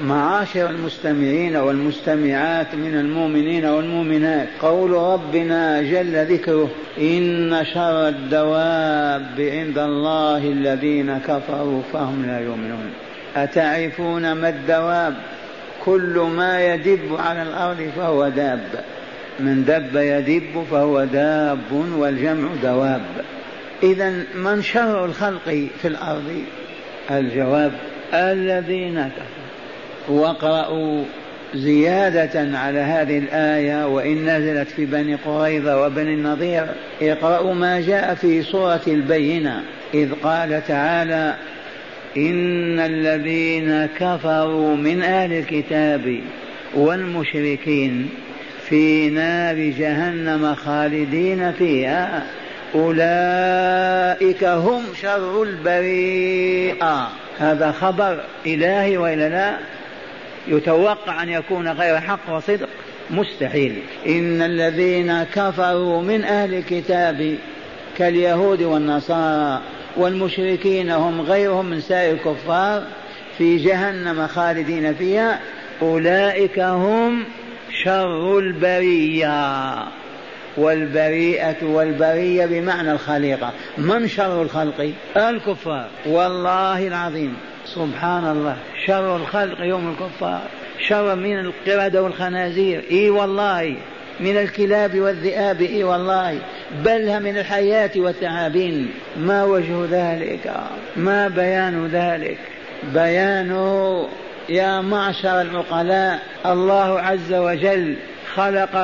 معاشر المستمعين والمستمعات من المؤمنين والمؤمنات، قول ربنا جل ذكره: إن شر الدواب عند الله الذين كفروا فهم لا يؤمنون. أتعرفون ما الدواب؟ كل ما يدب على الأرض فهو داب، من دب يدب فهو داب، والجمع دواب. إذن من شر الخلق في الأرض؟ الجواب: الذين كفروا. واقرأوا زيادة على هذه الآية، وإن نزلت في بني قريظة وبني النضير، اقرأوا ما جاء في سورة البينة إذ قال تعالى: إن الذين كفروا من أهل الكتاب والمشركين في نار جهنم خالدين فيها أولئك هم شر البريئة. هذا خبر إلهي وإلا لا؟ يتوقع أن يكون غير حق وصدق؟ مستحيل. إن الذين كفروا من أهل الكتاب كاليهود والنصارى والمشركين هم غيرهم من سائر الكفار في جهنم خالدين فيها أولئك هم شر البرية. والبريئة والبرية بمعنى الخليقة. من شر الخلق؟ الكفار. والله العظيم سبحان الله، شر الخلق يوم الكفار شر من القردة والخنازير، إي والله، من الكلاب والذئاب، إي والله، بل من الحياة والثعابين. ما وجه ذلك؟ ما بيان ذلك؟ بيانه يا معشر العقلاء: الله عز وجل خلق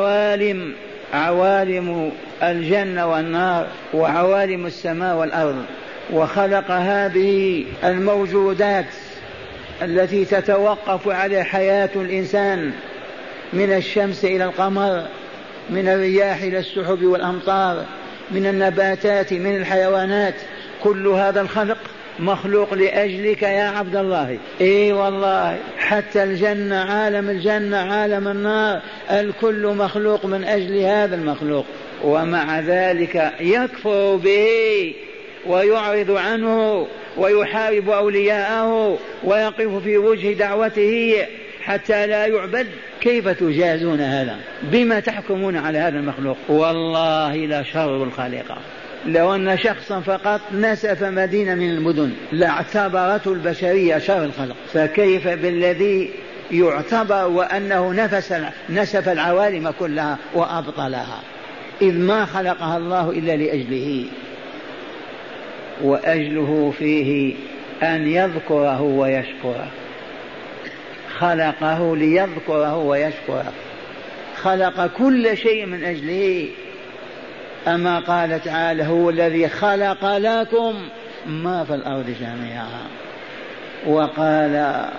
عوالم الجنة والنار وعوالم السماء والأرض، وخلق هذه الموجودات التي تتوقف على حياة الإنسان، من الشمس إلى القمر، من الرياح إلى السحب والأمطار، من النباتات، من الحيوانات. كل هذا الخلق مخلوق لأجلك يا عبد الله. إي والله، حتى الجنة، عالم الجنة، عالم النار، الكل مخلوق من أجل هذا المخلوق. ومع ذلك يكفر به ويعرض عنه ويحارب أولياءه ويقف في وجه دعوته حتى لا يعبد. كيف تجازون هذا؟ بما تحكمون على هذا المخلوق؟ والله لا شر الخالقة. لو أن شخصا فقط نسف مدينة من المدن لاعتبرته البشرية شر الخلق، فكيف بالذي يعتبر وأنه نسف العوالم كلها وأبطلها، إذ ما خلقها الله إلا لأجله، وأجله فيه أن يذكره ويشكره. خلقه ليذكره ويشكره، خلق كل شيء من أجله. أما قال تعالى: هو الذي خلق لكم ما في الأرض جميعا. وقال: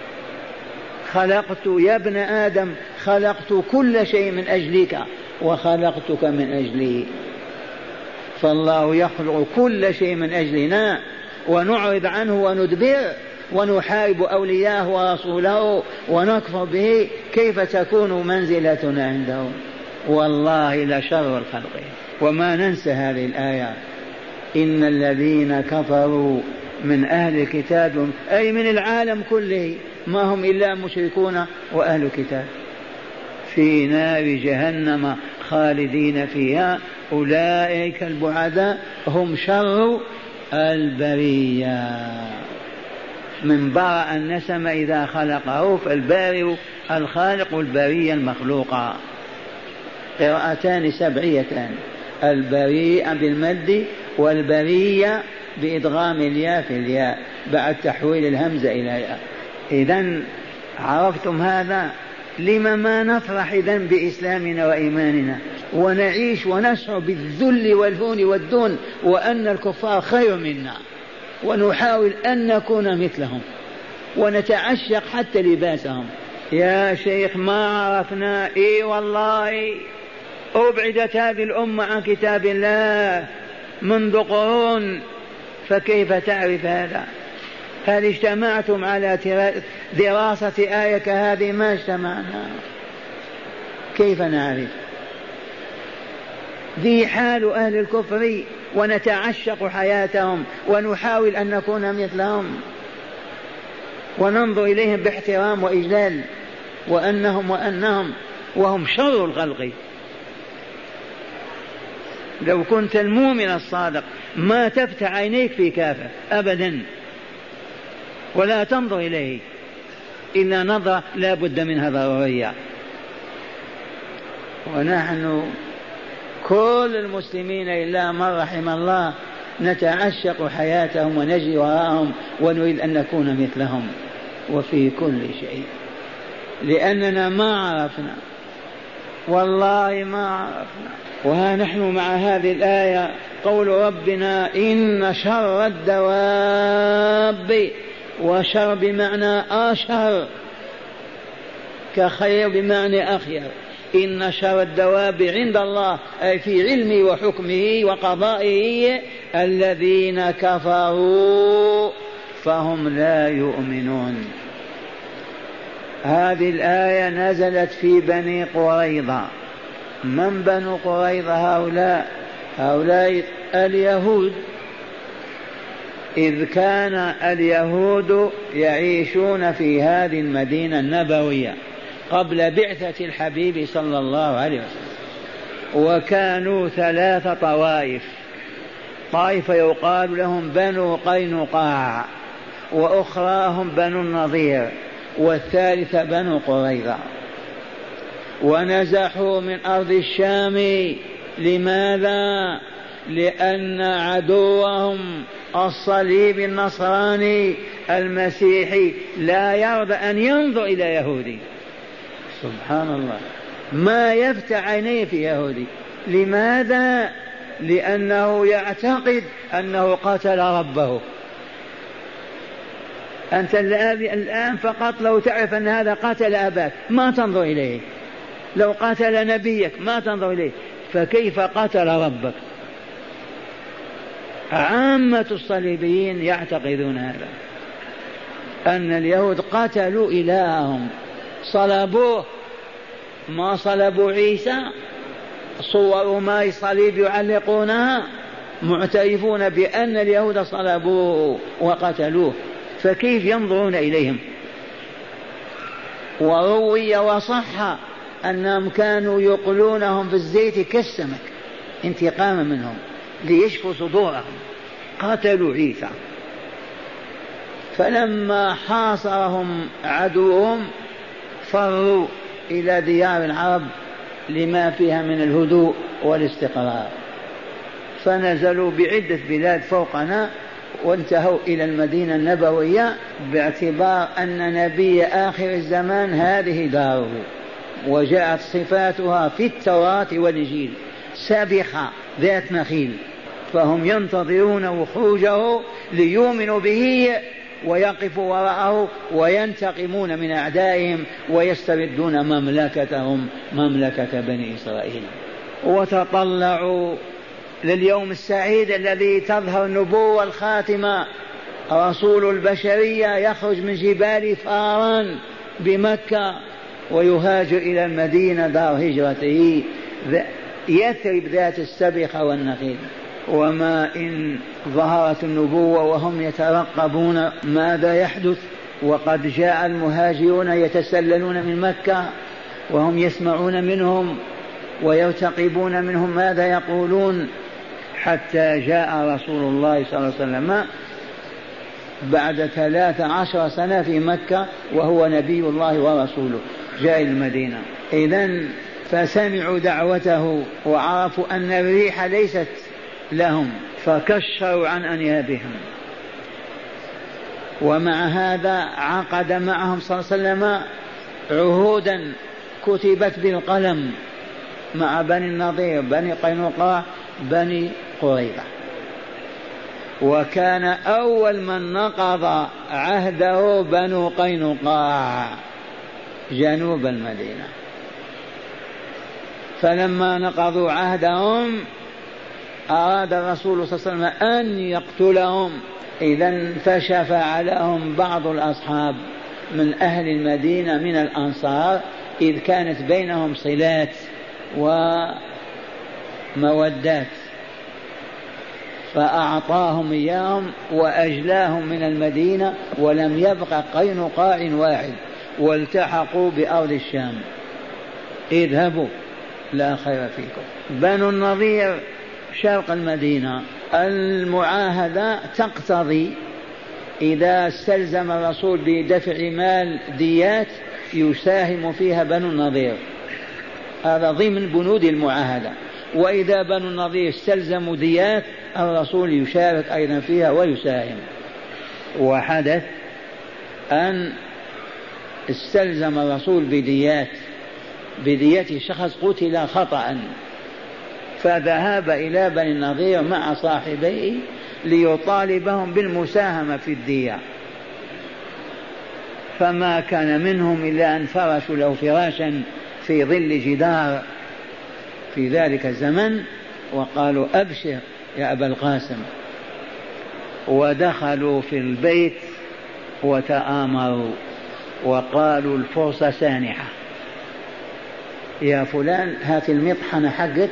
خلقت يا ابن آدم، خلقت كل شيء من أجلك وخلقتك من أجلي. فالله يخلق كل شيء من أجلنا ونعرض عنه وندبر ونحارب أولياءه ورسوله ونكفر به. كيف تكون منزلتنا عنده؟ والله لشر الخلق. وما ننسى هذه الآية: إن الذين كفروا من أهل الكتاب، أي من العالم كله، ما هم إلا مشركون وأهل الكتاب، في نار جهنم خالدين فيها أولئك البعداء هم شر البرية. من برأ النسم إذا خلقه، فالبارئ الخالق، البرية المخلوقة. قراءتان سبعيتان: البريء بالمد، والبرية بإدغام الياء في الياء بعد تحويل الهمزة إلى ياء. إذن عرفتم هذا؟ لما ما نفرح إذن بإسلامنا وإيماننا ونعيش ونشعر بالذل والهون والدون، وأن الكفار خير منا، ونحاول أن نكون مثلهم ونتعشق حتى لباسهم؟ يا شيخ ما عرفنا. إيه والله، أبعدت هذه الأمة عن كتاب الله منذ قرون، فكيف تعرف هذا؟ هل اجتمعتم على دراسة آية كهذه؟ ما اجتمعنا. كيف نعرف؟ ذي حال أهل الكفر، ونتعشق حياتهم ونحاول أن نكون مثلهم. وننظر إليهم باحترام وإجلال، وأنهم وهم شر الخلق. لو كنت المؤمن الصادق ما تفتح عينيك في كافر أبدا، ولا تنظر إليه إلا نظرة لا بد منها ضرورية. ونحن كل المسلمين إلا من رحم الله نتعشق حياتهم ونجري وراءهم ونريد أن نكون مثلهم وفي كل شيء، لأننا ما عرفنا، والله ما عرفنا. وها نحن مع هذه الآية قول ربنا إن شر الدواب، وشر بمعنى أشر، كخير بمعنى أخير. إن شر الدواب عند الله أي في علمه وحكمه وقضائه الذين كفروا فهم لا يؤمنون. هذه الآية نزلت في بني قريظة. من بنو قريظة هؤلاء اليهود، إذ كان اليهود يعيشون في هذه المدينة النبوية قبل بعثة الحبيب صلى الله عليه وسلم، وكانوا 3 طوائف. طائفة يقال لهم بنو قينقاع، وأخراهم بنو النضير، والثالثة بنو قريظة. ونزحوا من أرض الشام. لماذا؟ لأن عدوهم الصليب النصراني المسيحي لا يرضى أن ينظر إلى يهودي. سبحان الله، ما يفتح عينيه في يهودي. لماذا؟ لأنه يعتقد أنه قتل ربه. أنت الآن فقط لو تعرف أن هذا قتل أباك ما تنظر إليه، لو قتل نبيك ما تنظر إليه، فكيف قتل ربك؟ عامة الصليبيين يعتقدون هذا، أن اليهود قتلوا إلههم، صلبوه. ما صلبوا عيسى، صوروا ما صليب يعلقونها، معترفون بأن اليهود صلبوه وقتلوه، فكيف ينظرون إليهم؟ وروي وصح أنهم كانوا يقلونهم في الزيت كالسمك انتقاما منهم ليشفوا صدورهم. قتلوا عيسى. فلما حاصرهم عدوهم فروا إلى ديار العرب لما فيها من الهدوء والاستقرار، فنزلوا بعدة بلاد فوقنا وانتهوا إلى المدينة النبوية، باعتبار أن نبي آخر الزمان هذه داره، وجاءت صفاتها في التوراة والإنجيل، سابخة ذات نخيل، فهم ينتظرون وخروجه ليؤمنوا به ويقفوا وراءه وينتقمون من أعدائهم ويستردون مملكتهم، مملكة بني إسرائيل. وتطلعوا لليوم السعيد الذي تظهر النبوة الخاتمة، رسول البشرية يخرج من جبال فاران بمكة ويهاجر إلى المدينة دار هجرته يثرب ذات السبخة والنخيل. وما إن ظهرت النبوة وهم يترقبون ماذا يحدث، وقد جاء المهاجرون يتسللون من مكة وهم يسمعون منهم ويرتقبون منهم ماذا يقولون، حتى جاء رسول الله صلى الله عليه وسلم بعد 13 سنة في مكة وهو نبي الله ورسوله، جاء المدينة. إذن فسمعوا دعوته وعرفوا أن الريح ليست لهم فكشروا عن أنيابهم. ومع هذا عقد معهم صلى الله عليه وسلم عهودا كتبت بالقلم مع بني النضير، بني قينقاع، بني قريظة. وكان أول من نقض عهده بنو قينقاع جنوب المدينة. فلما نقضوا عهدهم أراد الرسول صلى الله عليه وسلم أن يقتلهم. إذن فشفع لهم بعض الأصحاب من أهل المدينة من الأنصار، إذ كانت بينهم صلات ومودات، فأعطاهم إياهم وأجلاهم من المدينة، ولم يبق قينقاع واحد، والتحقوا بأرض الشام. اذهبوا لا خير فيكم. بنو النضير شرق المدينة. المعاهدة تقتضي إذا استلزم الرسول بدفع مال ديات يساهم فيها بنو النضير، هذا ضمن بنود المعاهدة. وإذا بنو النضير استلزموا ديات الرسول يشارك أيضا فيها ويساهم. وحدث أن استلزم الرسول بديات شخص قتل خطأ، فذهب إلى بني النضير مع صاحبيه ليطالبهم بالمساهمة في الدية، فما كان منهم إلا أن فرشوا له فراشا في ظل جدار في ذلك الزمن وقالوا أبشر يا أبا القاسم، ودخلوا في البيت وتآمروا وقالوا الفرصة سانحة، يا فلان هات المطحنة حقك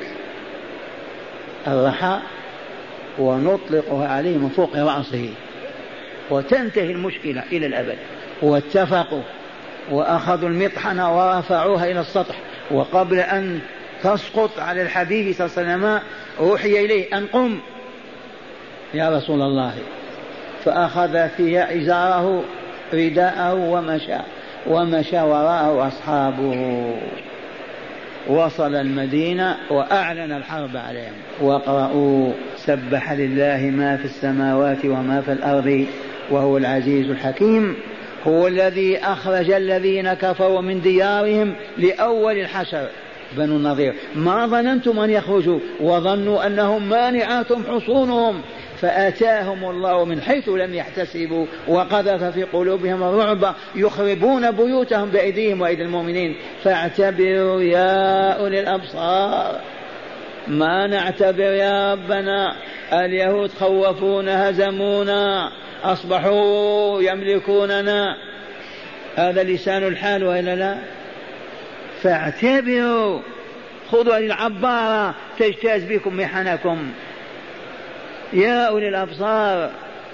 الرحى ونطلقها عليه من فوق رأسه وتنتهي المشكلة إلى الأبد. واتفقوا وأخذوا المطحنة ورفعوها إلى السطح، وقبل أن تسقط على الحبيب صلى الله عليه وسلم أوحي إليه أن قم يا رسول الله، فأخذ فيها إزاره رداءه ومشى وراءه أصحابه. وصل المدينة وأعلن الحرب عليهم. وقرأوا سبح لله ما في السماوات وما في الأرض وهو العزيز الحكيم، هو الذي أخرج الذين كفروا من ديارهم لأول الحشر بنو النضير، ما ظننتم أن يخرجوا وظنوا أنهم مانعاتهم حصونهم، فأتاهم الله من حيث لم يحتسبوا وقذف في قلوبهم الرعب يخربون بيوتهم بأيديهم وأيدي المؤمنين. فاعتبروا يا أولي الأبصار. ما نعتبر يا ربنا؟ اليهود خوفونا هزمونا أصبحوا يملكوننا، هذا لسان الحال وإلا لا؟ فاعتبروا، خذوا العبارة تجتاز بكم محنكم يا أولي الأبصار.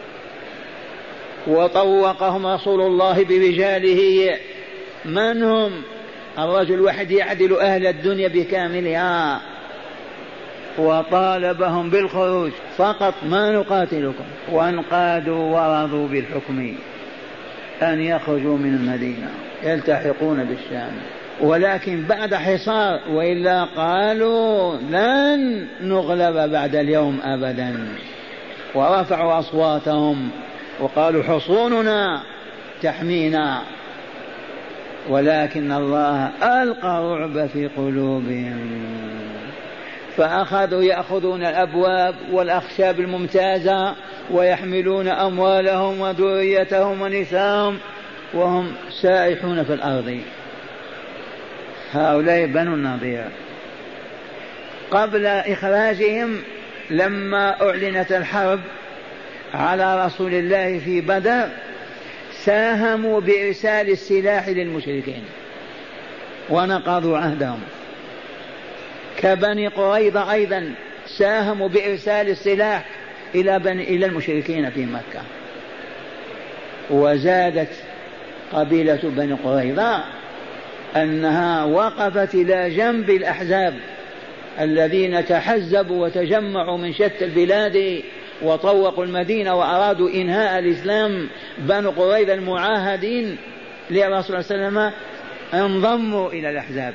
وطوقهم رسول الله برجاله. من هم؟ الرجل الواحد يعدل أهل الدنيا بكاملها. وطالبهم بالخروج فقط، ما نقاتلكم، وانقادوا ورضوا بالحكم أن يخرجوا من المدينة يلتحقون بالشام، ولكن بعد حصار، وإلا قالوا لن نغلب بعد اليوم أبدا. ورفعوا أصواتهم وقالوا حصوننا تحمينا، ولكن الله ألقى الرعب في قلوبهم، فأخذوا يأخذون الأبواب والأخشاب الممتازة ويحملون أموالهم وذريتهم ونساءهم وهم سائحون في الأرض. هؤلاء بنو النضير. قبل إخراجهم لما أعلنت الحرب على رسول الله في بدر ساهموا بإرسال السلاح للمشركين ونقضوا عهدهم. كبني قريظة أيضا ساهموا بإرسال السلاح إلى المشركين في مكة. وزادت قبيلة بني قريظة أنها وقفت إلى جنب الأحزاب الذين تحزبوا وتجمعوا من شتى البلاد وطوقوا المدينة وأرادوا إنهاء الإسلام. بنو قريظة المعاهدين للرسول صلى الله عليه وسلم انضموا إلى الأحزاب.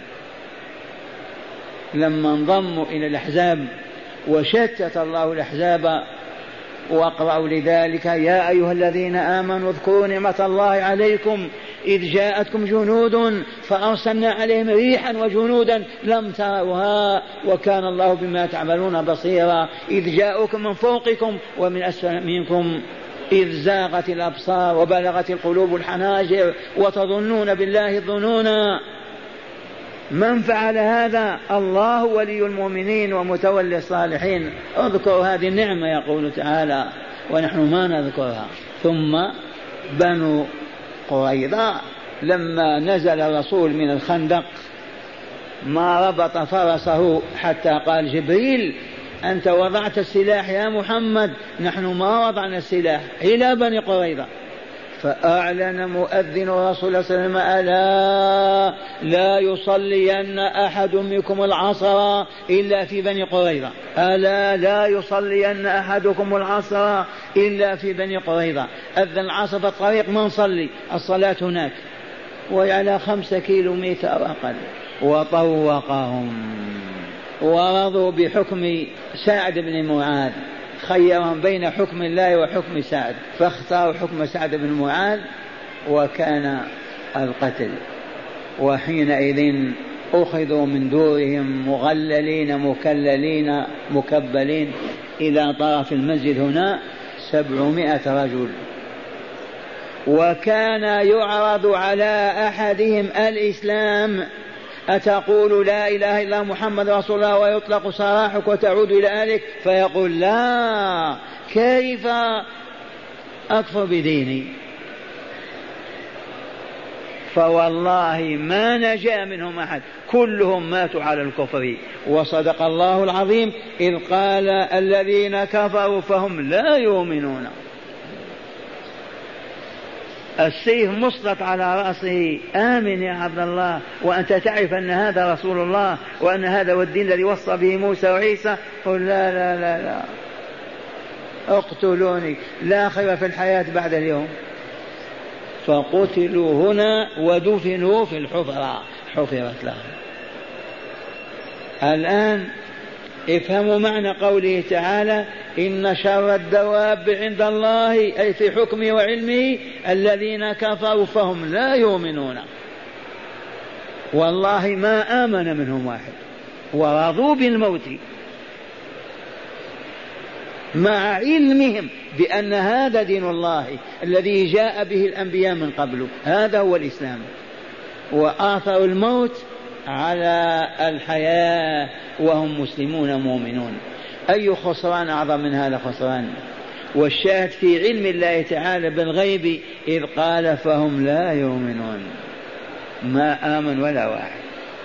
لما انضموا إلى الأحزاب وشتت الله الأحزاب، واقرأوا لذلك يا أيها الذين آمنوا اذكروا نعمة الله عليكم إذ جاءتكم جنود فأرسلنا عليهم ريحا وجنودا لم تروها وكان الله بما تعملون بصيرا إذ جاءوكم من فوقكم ومن أسفل منكم إذ زاغت الأبصار وبلغت القلوب الحناجر وتظنون بالله الظنونا. من فعل هذا؟ الله ولي المؤمنين ومتولي الصالحين. اذكروا هذه النعمة يقول تعالى ونحن ما نذكرها. ثم بنو قريظة لما نزل الرسول من الخندق ما ربط فرسه حتى قال جبريل أنت وضعت السلاح يا محمد، نحن ما وضعنا السلاح، إلى بني قريظة. فأعلن مؤذن رسول الله صلى الله عليه وسلم: ألا لا يصلين أحد منكم العصر إلا في بني قريظة، ألا لا يصلين أحدكم العصر إلا في بني قريظة. أذن العصر في الطريق ما نصلي، الصلاة هناك، وعلى 5 كيلومتر أقل. وطوقهم ورضوا بحكم سعد بن معاذ، خيرهم بين حكم الله وحكم سعد، فاختاروا حكم سعد بن معاذ وكان القتل. وحينئذ أخذوا من دورهم مغللين مكللين مكبلين إلى طرف المسجد هنا 700 رجل. وكان يعرض على أحدهم الإسلام: أتقول لا إله إلا محمد رسول الله ويطلق سراحك وتعود إلى أهلك؟ فيقول: لا، كيف أكفر بديني؟ فوالله ما نجا منهم أحد، كلهم ماتوا على الكفر. وصدق الله العظيم إذ قال: الذين كفروا فهم لا يؤمنون. السيف مسلط على رأسه، آمن يا عبد الله وأنت تعرف أن هذا رسول الله وأن هذا هو الدين الذي وصى به موسى وعيسى. قل: لا لا لا لا، اقتلوني، لا خير في الحياة بعد اليوم. فقتلوا هنا ودفنوا في الحفرة، حفرت لهم. الآن افهموا معنى قوله تعالى: إن شر الدواب عند الله، أي في حكمه وعلمه، الذين كفروا فهم لا يؤمنون. والله ما آمن منهم واحد، ورضوا بالموت مع علمهم بأن هذا دين الله الذي جاء به الأنبياء من قبل، هذا هو الإسلام. وآثروا الموت على الحياة وهم مسلمون مؤمنون. أي خسران أعظم من هذا خسران؟ والشاهد في علم الله تعالى بالغيب إذ قال: فهم لا يؤمنون، ما آمن ولا واحد.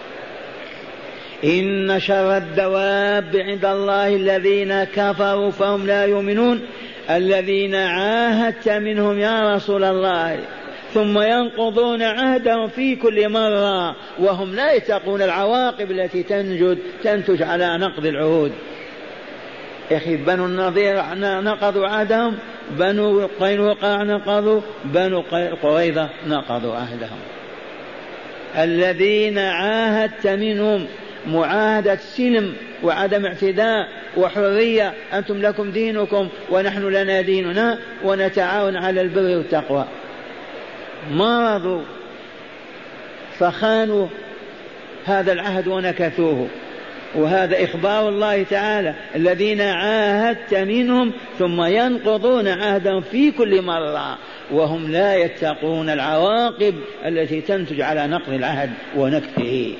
إن شر الدواب عند الله الذين كفروا فهم لا يؤمنون، الذين عاهدت منهم يا رسول الله ثم ينقضون عهدهم في كل مرة وهم لا يتقون العواقب التي تنتج على نقض العهود. أخي بنو النضير نقضوا عهدهم، بنو قينقاع نقضوا، بنو قريظة نقضوا عهدهم. الذين عاهدت منهم معاهدة سلم وعدم اعتداء وحرية، أنتم لكم دينكم ونحن لنا ديننا ونتعاون على البر والتقوى. ما رضوا فخانوا هذا العهد ونكثوه. وهذا إخبار الله تعالى: الذين عاهدت منهم ثم ينقضون عهدهم في كل مرة وهم لا يتقون العواقب التي تنتج على نقض العهد ونكثه.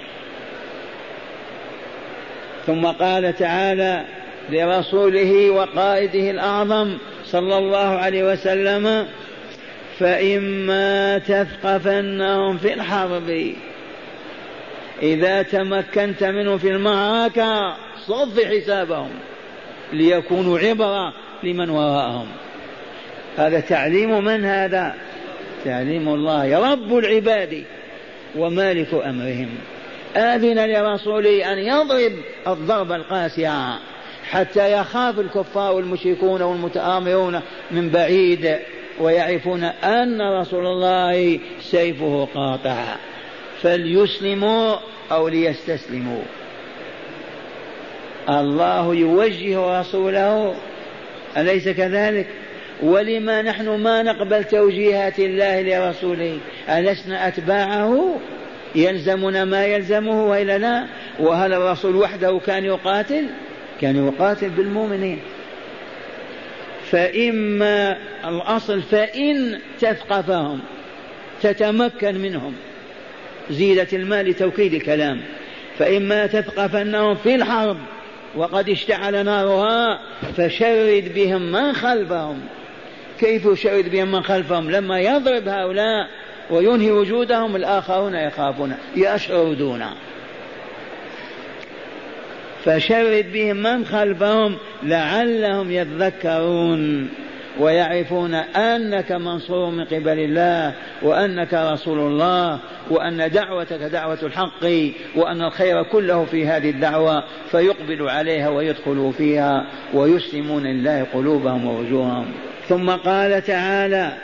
ثم قال تعالى لرسوله وقائده الأعظم صلى الله عليه وسلم: فإما تثقفنهم في الحرب، إذا تمكنت منهم في المعركة صف حسابهم ليكونوا عبرة لمن وراءهم. هذا تعليم من؟ هذا تعليم الله، يا رب العباد ومالك أمرهم. آذن لرسوله أن يضرب الضرب القاسية حتى يخاف الكفار والمشركون والمتآمرون من بعيد ويعرفون أن رسول الله سيفه قاطع، فليسلموا أو ليستسلموا. الله يوجه رسوله، أليس كذلك؟ ولما نحن ما نقبل توجيهات الله لرسوله؟ ألسنا أتباعه؟ يلزمنا ما يلزمه وإلا لا؟ وهل الرسول وحده كان يقاتل؟ كان يقاتل بالمؤمنين. فإما الأصل فإن تثقفهم تتمكن منهم، زيدة المال لتوكيد الكلام. فإما تثقفنهم في الحرب وقد اشتعل نارها فشرد بهم من خلفهم. كيف يشرد بهم من خلفهم؟ لما يضرب هؤلاء وينهي وجودهم الآخرون يخافون يشردون. فشرد بهم من خلفهم لعلهم يذكرون ويعرفون أنك منصور من قبل الله وأنك رسول الله وأن دعوتك دعوة الحق وأن الخير كله في هذه الدعوة، فيقبل عليها ويدخلوا فيها ويسلمون لله قلوبهم ووجوههم. ثم قال تعالى: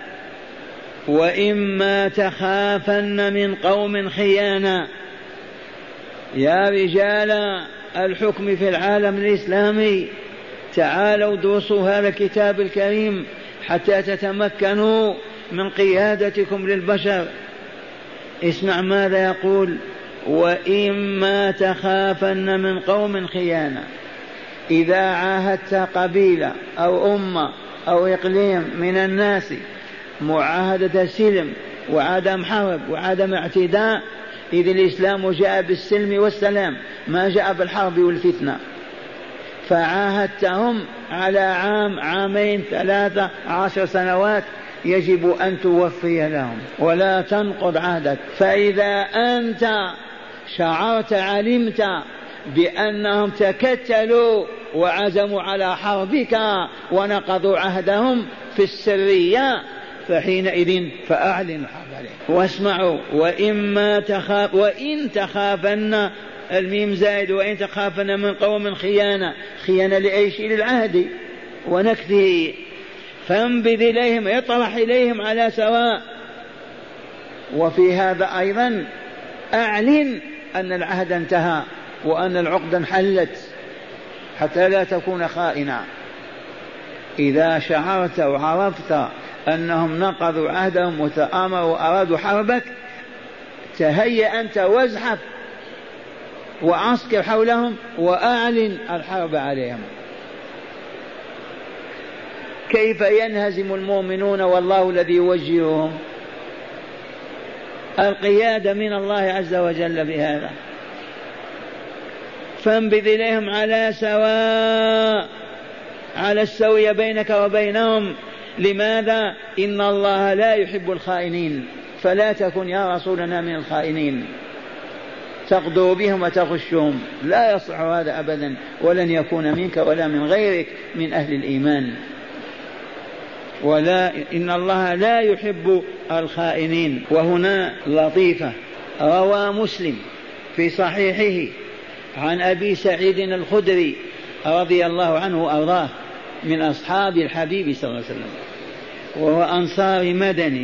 وإما تخافن من قوم خيانة. يا رجال الحكم في العالم الإسلامي، تعالوا درسوا هذا الكتاب الكريم حتى تتمكنوا من قيادتكم للبشر. اسمع ماذا يقول: وإما تخافن من قوم خيانة. إذا عاهدت قبيلة أو أمة أو إقليم من الناس معاهدة سلم وعدم حرب وعدم اعتداء، إذ الإسلام جاء بالسلم والسلام ما جاء بالحرب والفتنة، فعاهدتهم على عام عامين 3 10 سنوات، يجب أن توفي لهم ولا تنقض عهدك. فإذا أنت شعرت علمت بأنهم تكتلوا وعزموا على حربك ونقضوا عهدهم في السرية، فحينئذ فأعلن الحرب عليهم. واسمعوا: وإن تخافن، الميم زائد، وإن تخافن من قوم خيانة. خيانة لأيش؟ للعهد ونكثه، فانبذ إليهم، اطرح إليهم على سواء. وفي هذا أيضا أعلن أن العهد انتهى وأن العقد انحلت حتى لا تكون خائنا. إذا شعرت وعرفت أنهم نقضوا عهدهم وتآمروا وأرادوا حربك، تهيأ أنت وازحف وعسكر حولهم وأعلن الحرب عليهم. كيف ينهزم المؤمنون والله الذي يوجههم؟ القيادة من الله عز وجل بهذا. فانبذ إليهم على سواء، على السوية بينك وبينهم. لماذا؟ إن الله لا يحب الخائنين، فلا تكن يا رسولنا من الخائنين تغدر بهم وتغشهم، لا يصح هذا أبدا، ولن يكون منك ولا من غيرك من أهل الإيمان. ولا، إن الله لا يحب الخائنين. وهنا لطيفة، روى مسلم في صحيحه عن أبي سعيد الخدري رضي الله عنه وأرضاه من أصحاب الحبيب صلى الله عليه وسلم، وهو أنصار مدني،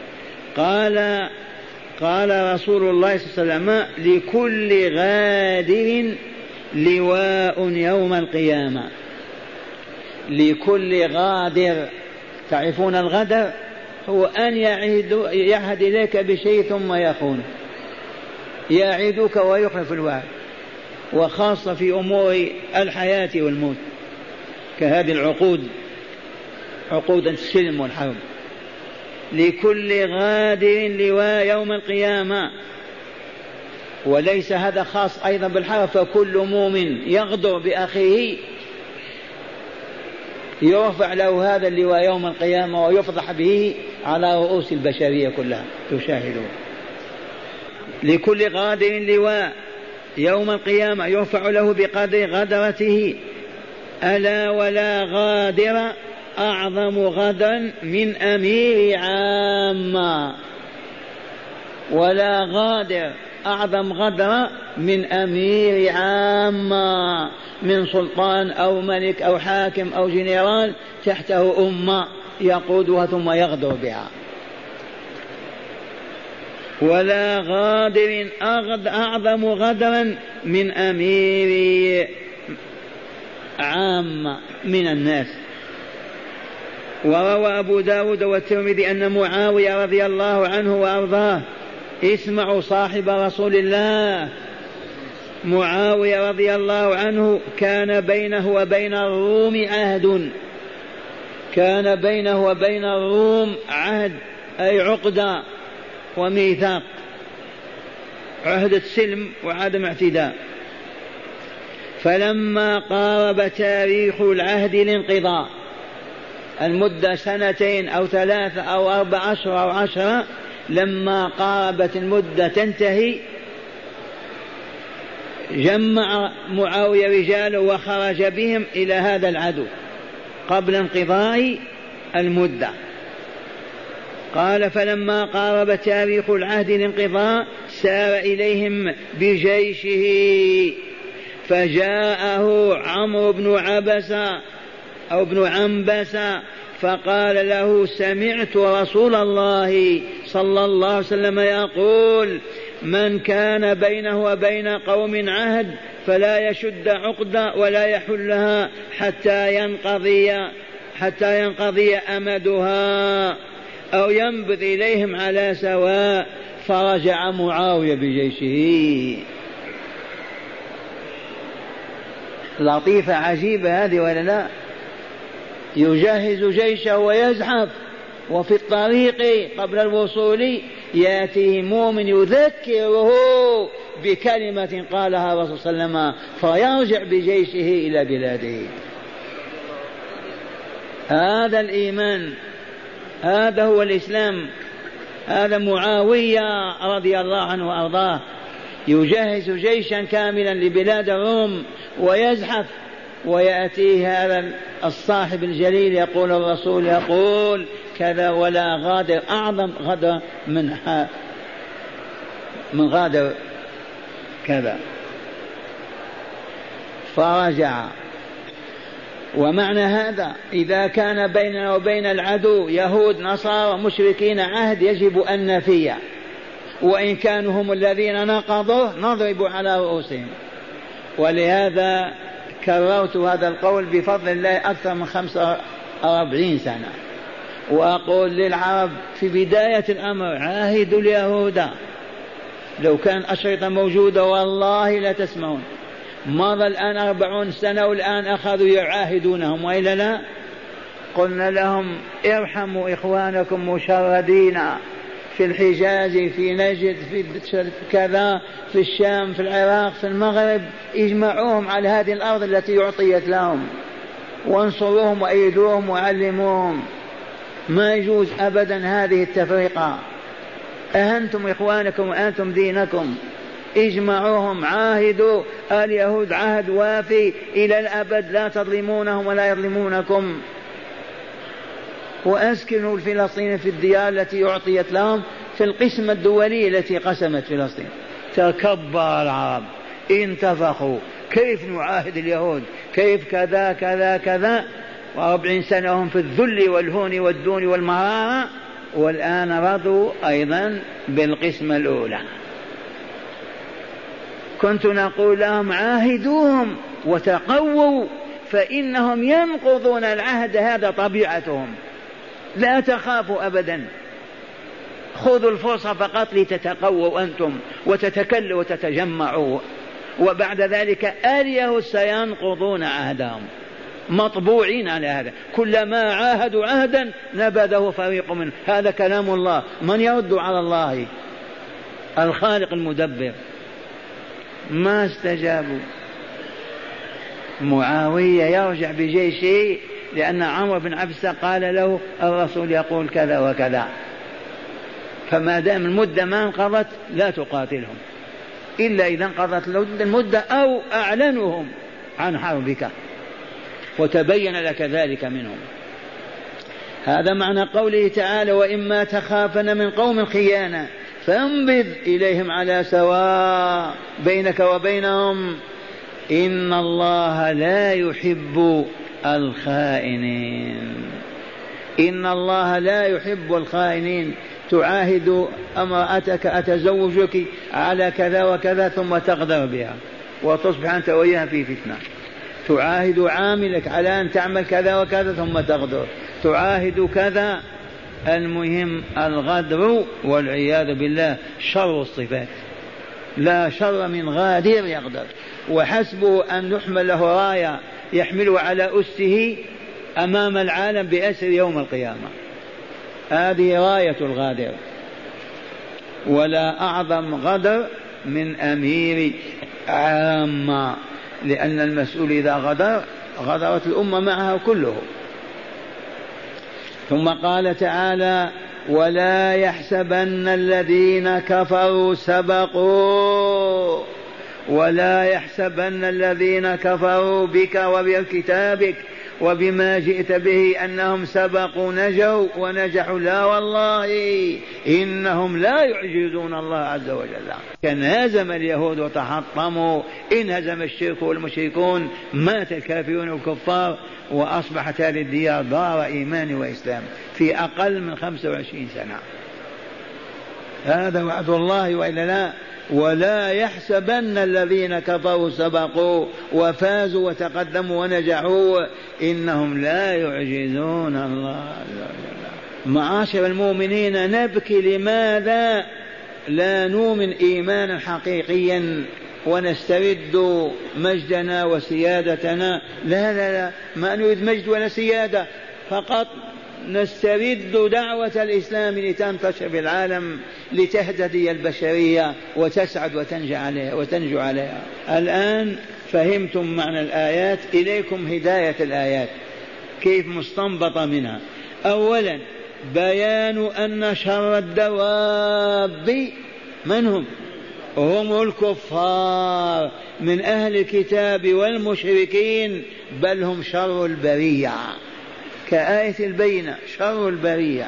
قال رسول الله صلى الله عليه وسلم: لكل غادر لواء يوم القيامة. لكل غادر، تعرفون الغدر هو أن يعهد إليك بشيء ثم يخون، يعدك ويخلف الوعد، وخاصة في أمور الحياة والموت كهذه العقود، عقود السلم والحرب. لكل غادر لواء يوم القيامة. وليس هذا خاص أيضا بالحرب، فكل مؤمن يغدر بأخيه يرفع له هذا اللواء يوم القيامة ويفضح به على رؤوس البشرية كلها تشاهدون. لكل غادر لواء يوم القيامة يرفع له بقدر غدرته. ألا ولا غادر أعظم غدرا من أمير عامة، ولا غادر أعظم غدرا من أمير عامة، من سلطان أو ملك أو حاكم أو جنرال تحته أمة يقودها ثم يغدر بها. ولا غادر أعظم غدرا من أمير عامة من الناس. وروى أبو داود والترمذي أن معاوية رضي الله عنه وأرضاه، اسمعوا صاحب رسول الله، معاوية رضي الله عنه كان بينه وبين الروم عهد، كان بينه وبين الروم عهد، أي عقدة وميثاق، عهد السلم وعدم اعتداء. فلما قارب تاريخ العهد الانقضاء، المدة 2 أو 3 أو 4 أشهر أو 10، لما قاربت المدة تنتهي جمع معاوية رجاله وخرج بهم إلى هذا العدو قبل انقضاء المدة. قال فلما قارب تاريخ العهد الانقضاء سار إليهم بجيشه فجاءه عمرو بن عبسة أو بن عنبسة فقال له سمعت رسول الله صلى الله عليه وسلم يقول من كان بينه وبين قوم عهد فلا يشد عقدة ولا يحلها حتى ينقضي أمدها أو ينبذ إليهم على سواء. فرجع معاوية بجيشه. لطيفة عجيبة هذه ولا لا؟ يجهز جيشه ويزحف وفي الطريق قبل الوصول يأتيه مؤمن يذكره بكلمة قالها الرسول صلى الله عليه وسلم فيرجع بجيشه إلى بلاده. هذا الإيمان، هذا هو الإسلام. هذا معاوية رضي الله عنه وأرضاه يجهز جيشا كاملا لبلاد الروم ويزحف ويأتيه هذا الصاحب الجليل يقول الرسول يقول كذا ولا غادر أعظم غدر من غادر كذا. فرجع. ومعنى هذا إذا كان بيننا وبين العدو يهود نصارى مشركين عهد يجب أن نفيه، وإن كانوا هم الذين نقضوه نضرب على رؤوسهم. ولهذا كررت هذا القول بفضل الله أكثر من 45 سنة، وأقول للعرب في بداية الأمر عاهدوا اليهود. لو كان أشرطة موجودة والله لا تسمعون. مضى الآن 40 سنة والآن أخذوا يعاهدونهم وإلا لا؟ قلنا لهم ارحموا إخوانكم مشردين في الحجاز في نجد في كذا في الشام في العراق في المغرب، اجمعوهم على هذه الأرض التي أعطيت لهم وانصروهم وأيدوهم وعلموهم. ما يجوز أبدا هذه التفرقة. أهنتم إخوانكم وأنتم دينكم، اجمعوهم. عاهدوا اليهود عهد وافي إلى الأبد لا تظلمونهم ولا يظلمونكم. وأسكنوا الفلسطينيين في الديار التي أعطيت لهم في القسمة الدولية التي قسمت فلسطين. تكبر العرب انتفخوا كيف نعاهد اليهود كيف كذا كذا كذا، و40 سنة هم في الذل والهون والدون والمرارة، والآن رضوا أيضا بالقسمة الأولى. كنت نقول لهم عاهدوهم وتقووا فإنهم ينقضون العهد، هذا طبيعتهم. لا تخافوا أبدا، خذوا الفرصة فقط لتتقووا أنتم وتتكلوا وتتجمعوا، وبعد ذلك اليهود سينقضون عهدهم مطبوعين على هذا. كلما عاهدوا عهدا نبذه فريق منهم. هذا كلام الله، من يرد على الله الخالق المدبر؟ ما استجابوا. معاوية يرجع بجيشه لأن عمرو بن عبسة قال له الرسول يقول كذا وكذا، فما دام المدة ما انقضت لا تقاتلهم إلا إذا انقضت المدة أو أعلنوهم عن حربك وتبين لك ذلك منهم. هذا معنى قوله تعالى وإما تخافن من قوم خيانة فانبذ إليهم على سواء بينك وبينهم إن الله لا يحب الخائنين. إن الله لا يحب الخائنين. تعاهد امرأتك أتزوجك على كذا وكذا ثم تغدر بها وتصبح أنت وياها في فتنة. تعاهد عاملك على أن تعمل كذا وكذا ثم تغدر. تعاهد كذا. المهم الغدر والعياذ بالله شر الصفات. لا شر من غادر يغدر، وحسبه أن يحمل له راية يحمله على أسه أمام العالم بأسر يوم القيامة. هذه راية الغادر. ولا أعظم غدر من أمير عامة، لأن المسؤول إذا غدر غدرت الأمة معها كله. ثم قال تعالى ولا يحسبن الذين كفروا سبقوا ولا يحسبن الذين كفروا بك وبكتابك وبما جئت به أنهم سبقوا نجوا ونجحوا، لا والله إنهم لا يعجزون الله عز وجل. كان هزم اليهود وتحطموا، إن هزم الشرك والمشركون مات الكافرون والكفار، وأصبحت هذه الديار دار إيمان وإسلام في أقل من 25 سنة. هذا وعد الله وإلا لا؟ ولا يحسبن الذين كفروا سبقوا وفازوا وتقدموا ونجحوا إنهم لا يعجزون الله. معاشر المؤمنين، نبكي لماذا لا نؤمن إيمانا حقيقيا ونسترد مجدنا وسيادتنا؟ لا لا لا، ما نريد مجد ولا سيادة، فقط نسترد دعوة الإسلام لتنتشر في العالم، لتهتدي البشرية وتسعد وتنجو عليها. الآن فهمتم معنى الآيات، إليكم هداية الآيات كيف مستنبطة منها. أولا بيان أن شر الدواب من هم؟ هم الكفار من أهل الكتاب والمشركين، بل هم شر البرية كآية البينة، شر البرية.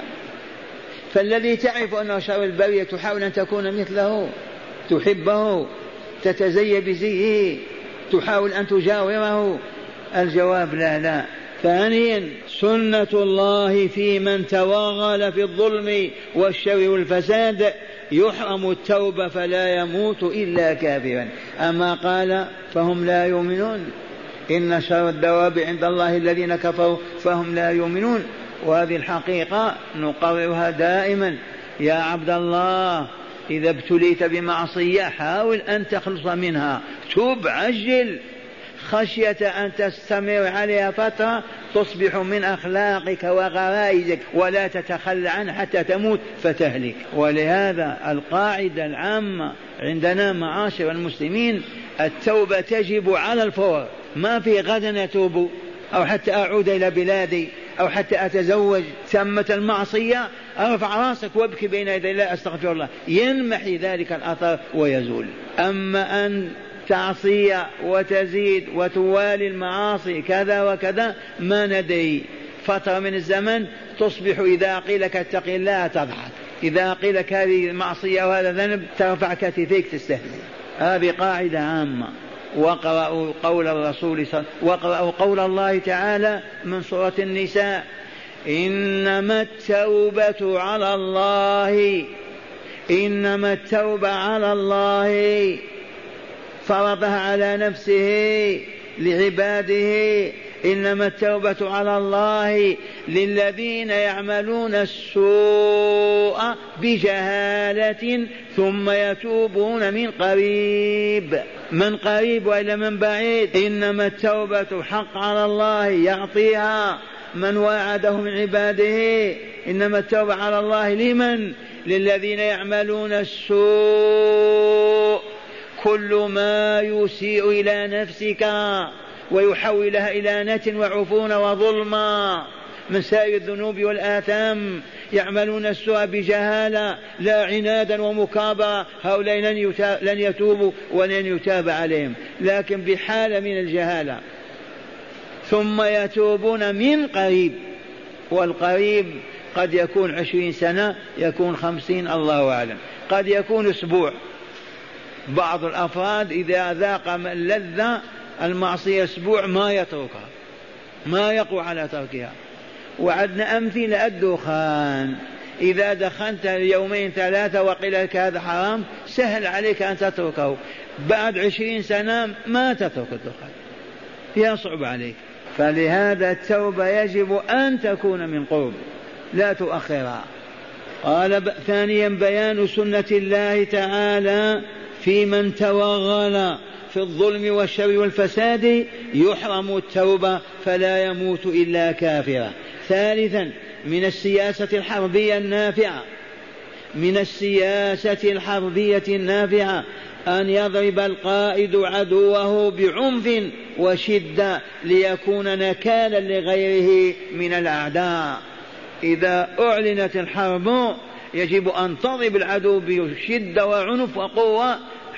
فالذي تعرف أنه شر البرية تحاول أن تكون مثله، تحبه، تتزي بزيه، تحاول أن تجاوره؟ الجواب لا لا. ثانيا سنة الله في من توغل في الظلم والشر والفساد يحرم التوبة فلا يموت إلا كافرا. أما قال فهم لا يؤمنون، إن شر الدواب عند الله الذين كفروا فهم لا يؤمنون. وهذه الحقيقة نقررها دائما. يا عبد الله، إذا ابتليت بمعصية حاول أن تخلص منها، توب، عجل، خشية أن تستمر عليها فترة تصبح من أخلاقك وغرائزك ولا تتخلى عنها حتى تموت فتهلك. ولهذا القاعدة العامة عندنا معاشر المسلمين، التوبة تجب على الفور، ما في غدا أتوب أو حتى أعود إلى بلادي أو حتى أتزوج. ثمة المعصية أرفع راسك وابكي بين يدي الله، أستغفر الله، ينمحي ذلك الأثر ويزول. أما أن تعصي وتزيد وتوالي المعاصي كذا وكذا، ما ندري، فترة من الزمن تصبح إذا قيل لك اتق الله تضحك، إذا قيل لك هذه معصية وهذا ذنب ترفع كتفيك تستهزئ. هذه قاعدة عامة. وقرأوا قول الرسول وقرأوا قول الله تعالى من سورة النساء: إنما التوبة على الله، إنما التوبة على الله فرضها على نفسه لعباده، إنما التوبة على الله للذين يعملون السوء بجهالة ثم يتوبون من قريب. من قريب وإلى من بعيد. إنما التوبة حق على الله يعطيها من وعده من عباده. إنما التوبة على الله لمن؟ للذين يعملون السوء، كل ما يسيء إلى نفسك ويحولها إلى نتن وعفون وظلما من سائر الذنوب والآثام. يعملون السوء بجهالة لا عنادا ومكابرة، هؤلاء لن يتوبوا ولن يتاب عليهم، لكن بحالة من الجهالة. ثم يتوبون من قريب، والقريب قد يكون 20 سنة، يكون 50، الله أعلم، قد يكون أسبوع. بعض الأفراد إذا ذاق لذة المعصية أسبوع ما يتركها، ما يقوى على تركها. وعدنا أمثلة: الدخان، إذا دخنت يومين ثلاثة وقيل لك هذا حرام سهل عليك أن تتركه، بعد 20 سنة ما تترك الدخان، يصعب عليك. فلهذا التوبة يجب أن تكون من قرب لا تؤخرها. قال ثانيا بيان سنة الله تعالى في من توغل في الظلم والشر والفساد يحرم التوبة فلا يموت إلا كافرا. ثالثا من السياسة الحربية النافعة، من السياسة الحربية النافعة أن يضرب القائد عدوه بعنف وشدة ليكون نكالا لغيره من الأعداء. إذا أعلنت الحرب يجب أن تضرب العدو بشدة وعنف وقوة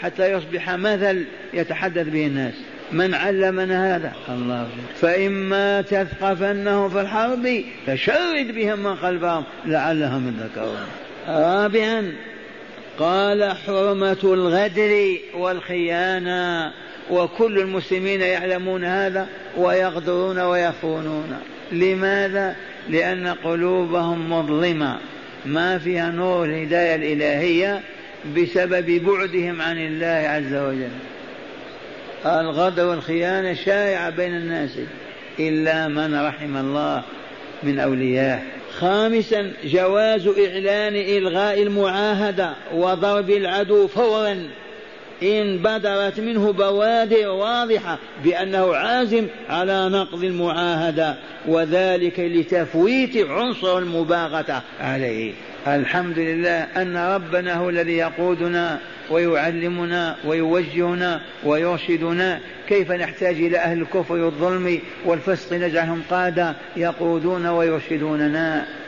حتى يصبح مثل يتحدث به الناس. من علمنا هذا؟ الله. فإما تثقفنهم في الحرب فشرد بهم من خلفهم لعلهم يذكرون. رابعا قال حرمة الغدر والخيانة، وكل المسلمين يعلمون هذا ويغدرون ويخونون. لماذا؟ لأن قلوبهم مظلمة ما فيها نور الهداية الإلهية بسبب بعدهم عن الله عز وجل. الغدر والخيانة شائعة بين الناس إلا من رحم الله من أولياه. خامسا جواز إعلان إلغاء المعاهدة وضرب العدو فورا إن بدرت منه بوادر واضحة بأنه عازم على نقض المعاهدة، وذلك لتفويت عنصر المباغتة عليه. الحمد لله أن ربنا هو الذي يقودنا ويعلمنا ويوجهنا ويرشدنا كيف نحتاج إلى أهل الكفر والظلم والفسق نجعلهم قادة يقودون ويرشدوننا.